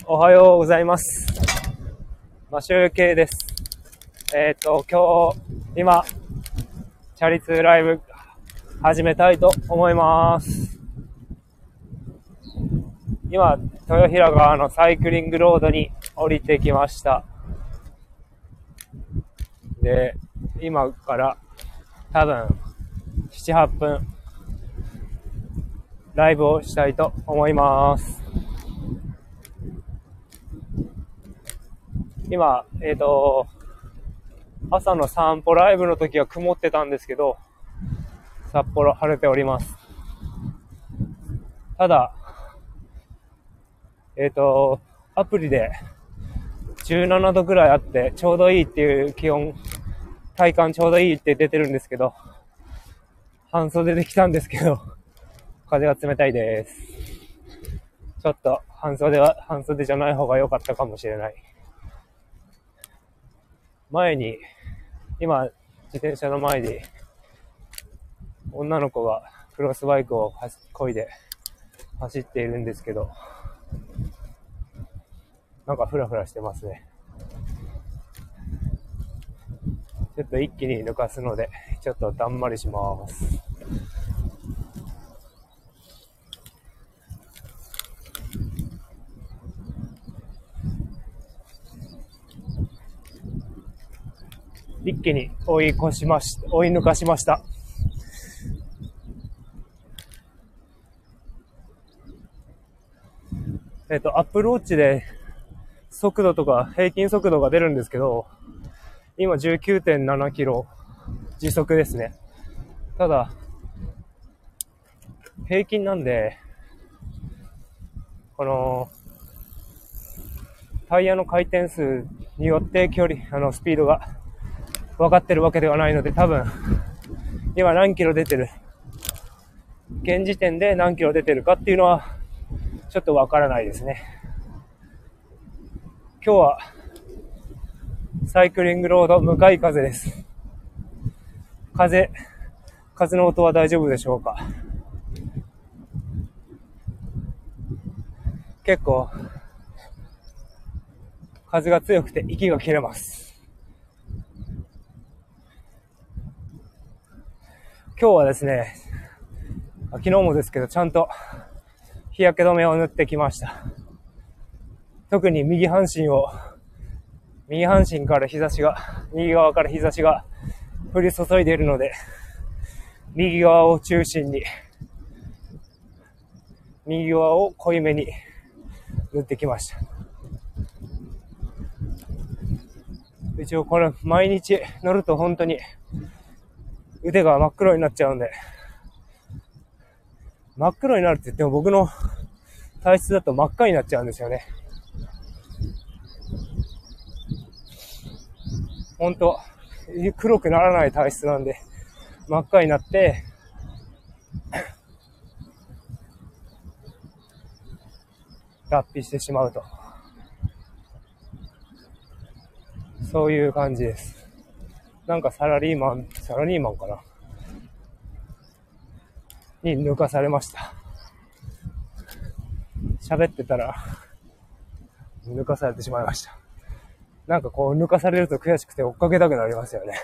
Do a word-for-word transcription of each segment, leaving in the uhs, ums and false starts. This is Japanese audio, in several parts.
おはようございます。マシュウケイです。えっと、今日、今、チャリ通ライブ始めたいと思います。今、豊平川のサイクリングロードに降りてきました。で、今から多分、なな、はっぷん、ライブをしたいと思います。今、えっと、朝の散歩ライブの時は曇ってたんですけど、札幌晴れております。ただ、えっと、アプリでじゅうななどぐらいあってちょうどいいっていう気温、体感ちょうどいいって出てるんですけど、半袖で来たんですけど、風が冷たいです。ちょっと半袖は半袖じゃない方が良かったかもしれない。前に、今、自転車の前に、女の子がクロスバイクを漕いで走っているんですけど、なんかフラフラしてますね。ちょっと一気に抜かすので、ちょっとだんまりします。一気に追い越しまし、追い抜かしました。えっと、アップルウォッチで速度とか平均速度が出るんですけど、今 じゅうきゅうてんななキロ時速ですね。ただ、平均なんで、この、タイヤの回転数によって距離、あの、スピードが分かってるわけではないので、多分、今何キロ出てる、現時点で何キロ出てるかっていうのは、ちょっと分からないですね。今日は、サイクリングロード向かい風です。風、風の音は大丈夫でしょうか。結構、風が強くて息が切れます。今日はですね、昨日もですけど、ちゃんと日焼け止めを塗ってきました。特に右半身を、右半身から日差しが、右側から日差しが降り注いでいるので、右側を中心に、右側を濃いめに塗ってきました。一応これ毎日乗ると本当に腕が真っ黒になっちゃうんで、真っ黒になるって言っても僕の体質だと真っ赤になっちゃうんですよね。本当黒くならない体質なんで真っ赤になって脱皮してしまうと、そういう感じです。なんかサラリーマンサラリーマンかなに抜かされました。喋ってたら抜かされてしまいました。なんかこう抜かされると悔しくて追っかけたくなりますよね。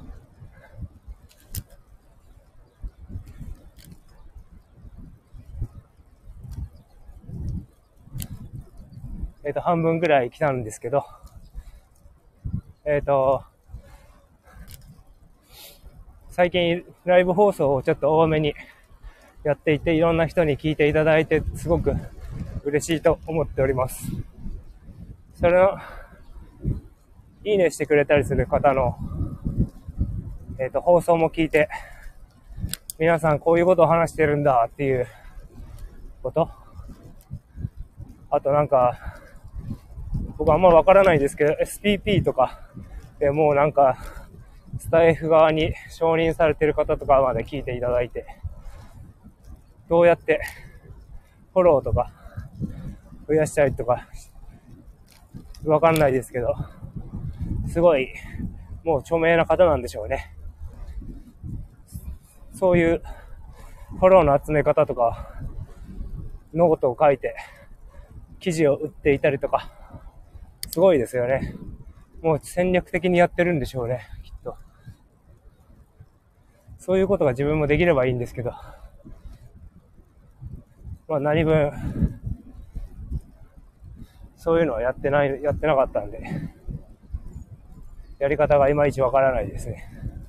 えっと半分ぐらい来たんですけど、えっと最近ライブ放送をちょっと多めにやっていて、いろんな人に聞いていただいてすごく嬉しいと思っております。それのいいねしてくれたりする方の、えっと放送も聞いて、皆さんこういうことを話してるんだっていうこと、あとなんか僕あんまわからないですけど エスピーピー とかでもうなんかスタイフ側に承認されてる方とかまで聞いていただいて、どうやってフォローとか増やしたりとかわかんないですけど、すごいもう著名な方なんでしょうね。そういうフォローの集め方とかノートを書いて記事を売っていたりとか、すごいですよね。もう戦略的にやってるんでしょうね、きっと。そういうことが自分もできればいいんですけど、まあ何分、そういうのはやってない、やってなかったんで、やり方がいまいちわからないですね。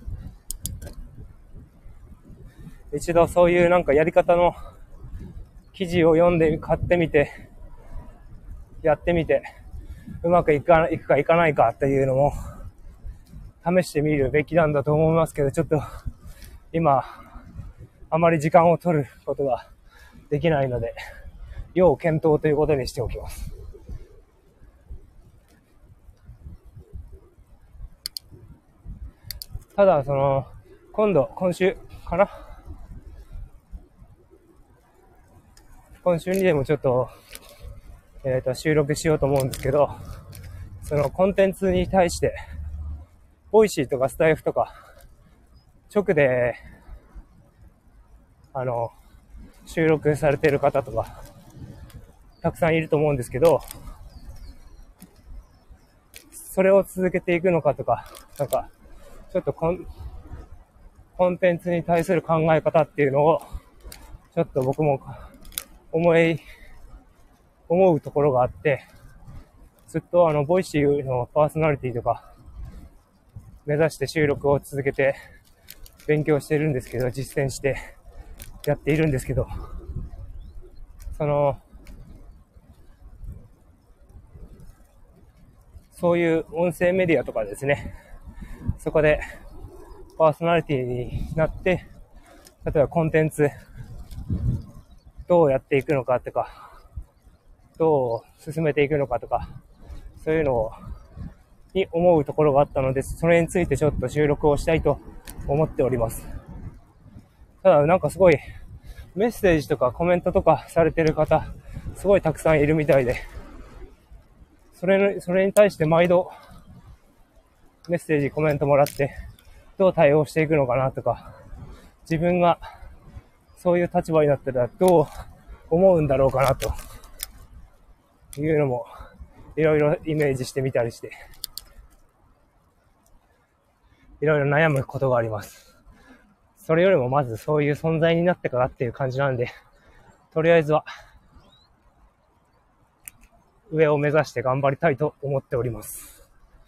一度そういうなんかやり方の記事を読んで買ってみて、やってみて、うまくいかいくかいかないかっていうのも試してみるべきなんだと思いますけど、ちょっと今あまり時間を取ることができないので、要検討ということにしておきます。ただその今度今週かな今週にでもちょっとえっと収録しようと思うんですけど、そのコンテンツに対してボイシーとかスタイフとか直であの収録されている方とかたくさんいると思うんですけど、それを続けていくのかとか、なんかちょっとコンコンテンツに対する考え方っていうのをちょっと僕も思い思うところがあって、ずっとあのボイシーのパーソナリティとか目指して収録を続けて勉強してるんですけど、実践してやっているんですけど、そのそういう音声メディアとかですね、そこでパーソナリティになって、例えばコンテンツどうやっていくのかとか、どう進めていくのかとか、そういうのをに思うところがあったので、それについてちょっと収録をしたいと思っております。ただなんかすごいメッセージとかコメントとかされてる方、すごいたくさんいるみたいで、それの、それに対して毎度メッセージ、コメントもらってどう対応していくのかなとか、自分がそういう立場になったらどう思うんだろうかなというのもいろいろイメージしてみたりして、いろいろ悩むことがあります。それよりもまずそういう存在になってからっていう感じなんで、とりあえずは上を目指して頑張りたいと思っております。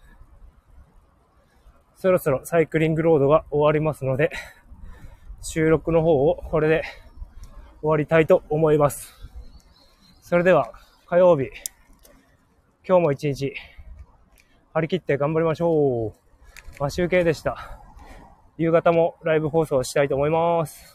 そろそろサイクリングロードが終わりますので、収録の方をこれで終わりたいと思います。それでは火曜日、今日も一日張り切って頑張りましょう。マシュウケイでした。夕方もライブ放送したいと思います。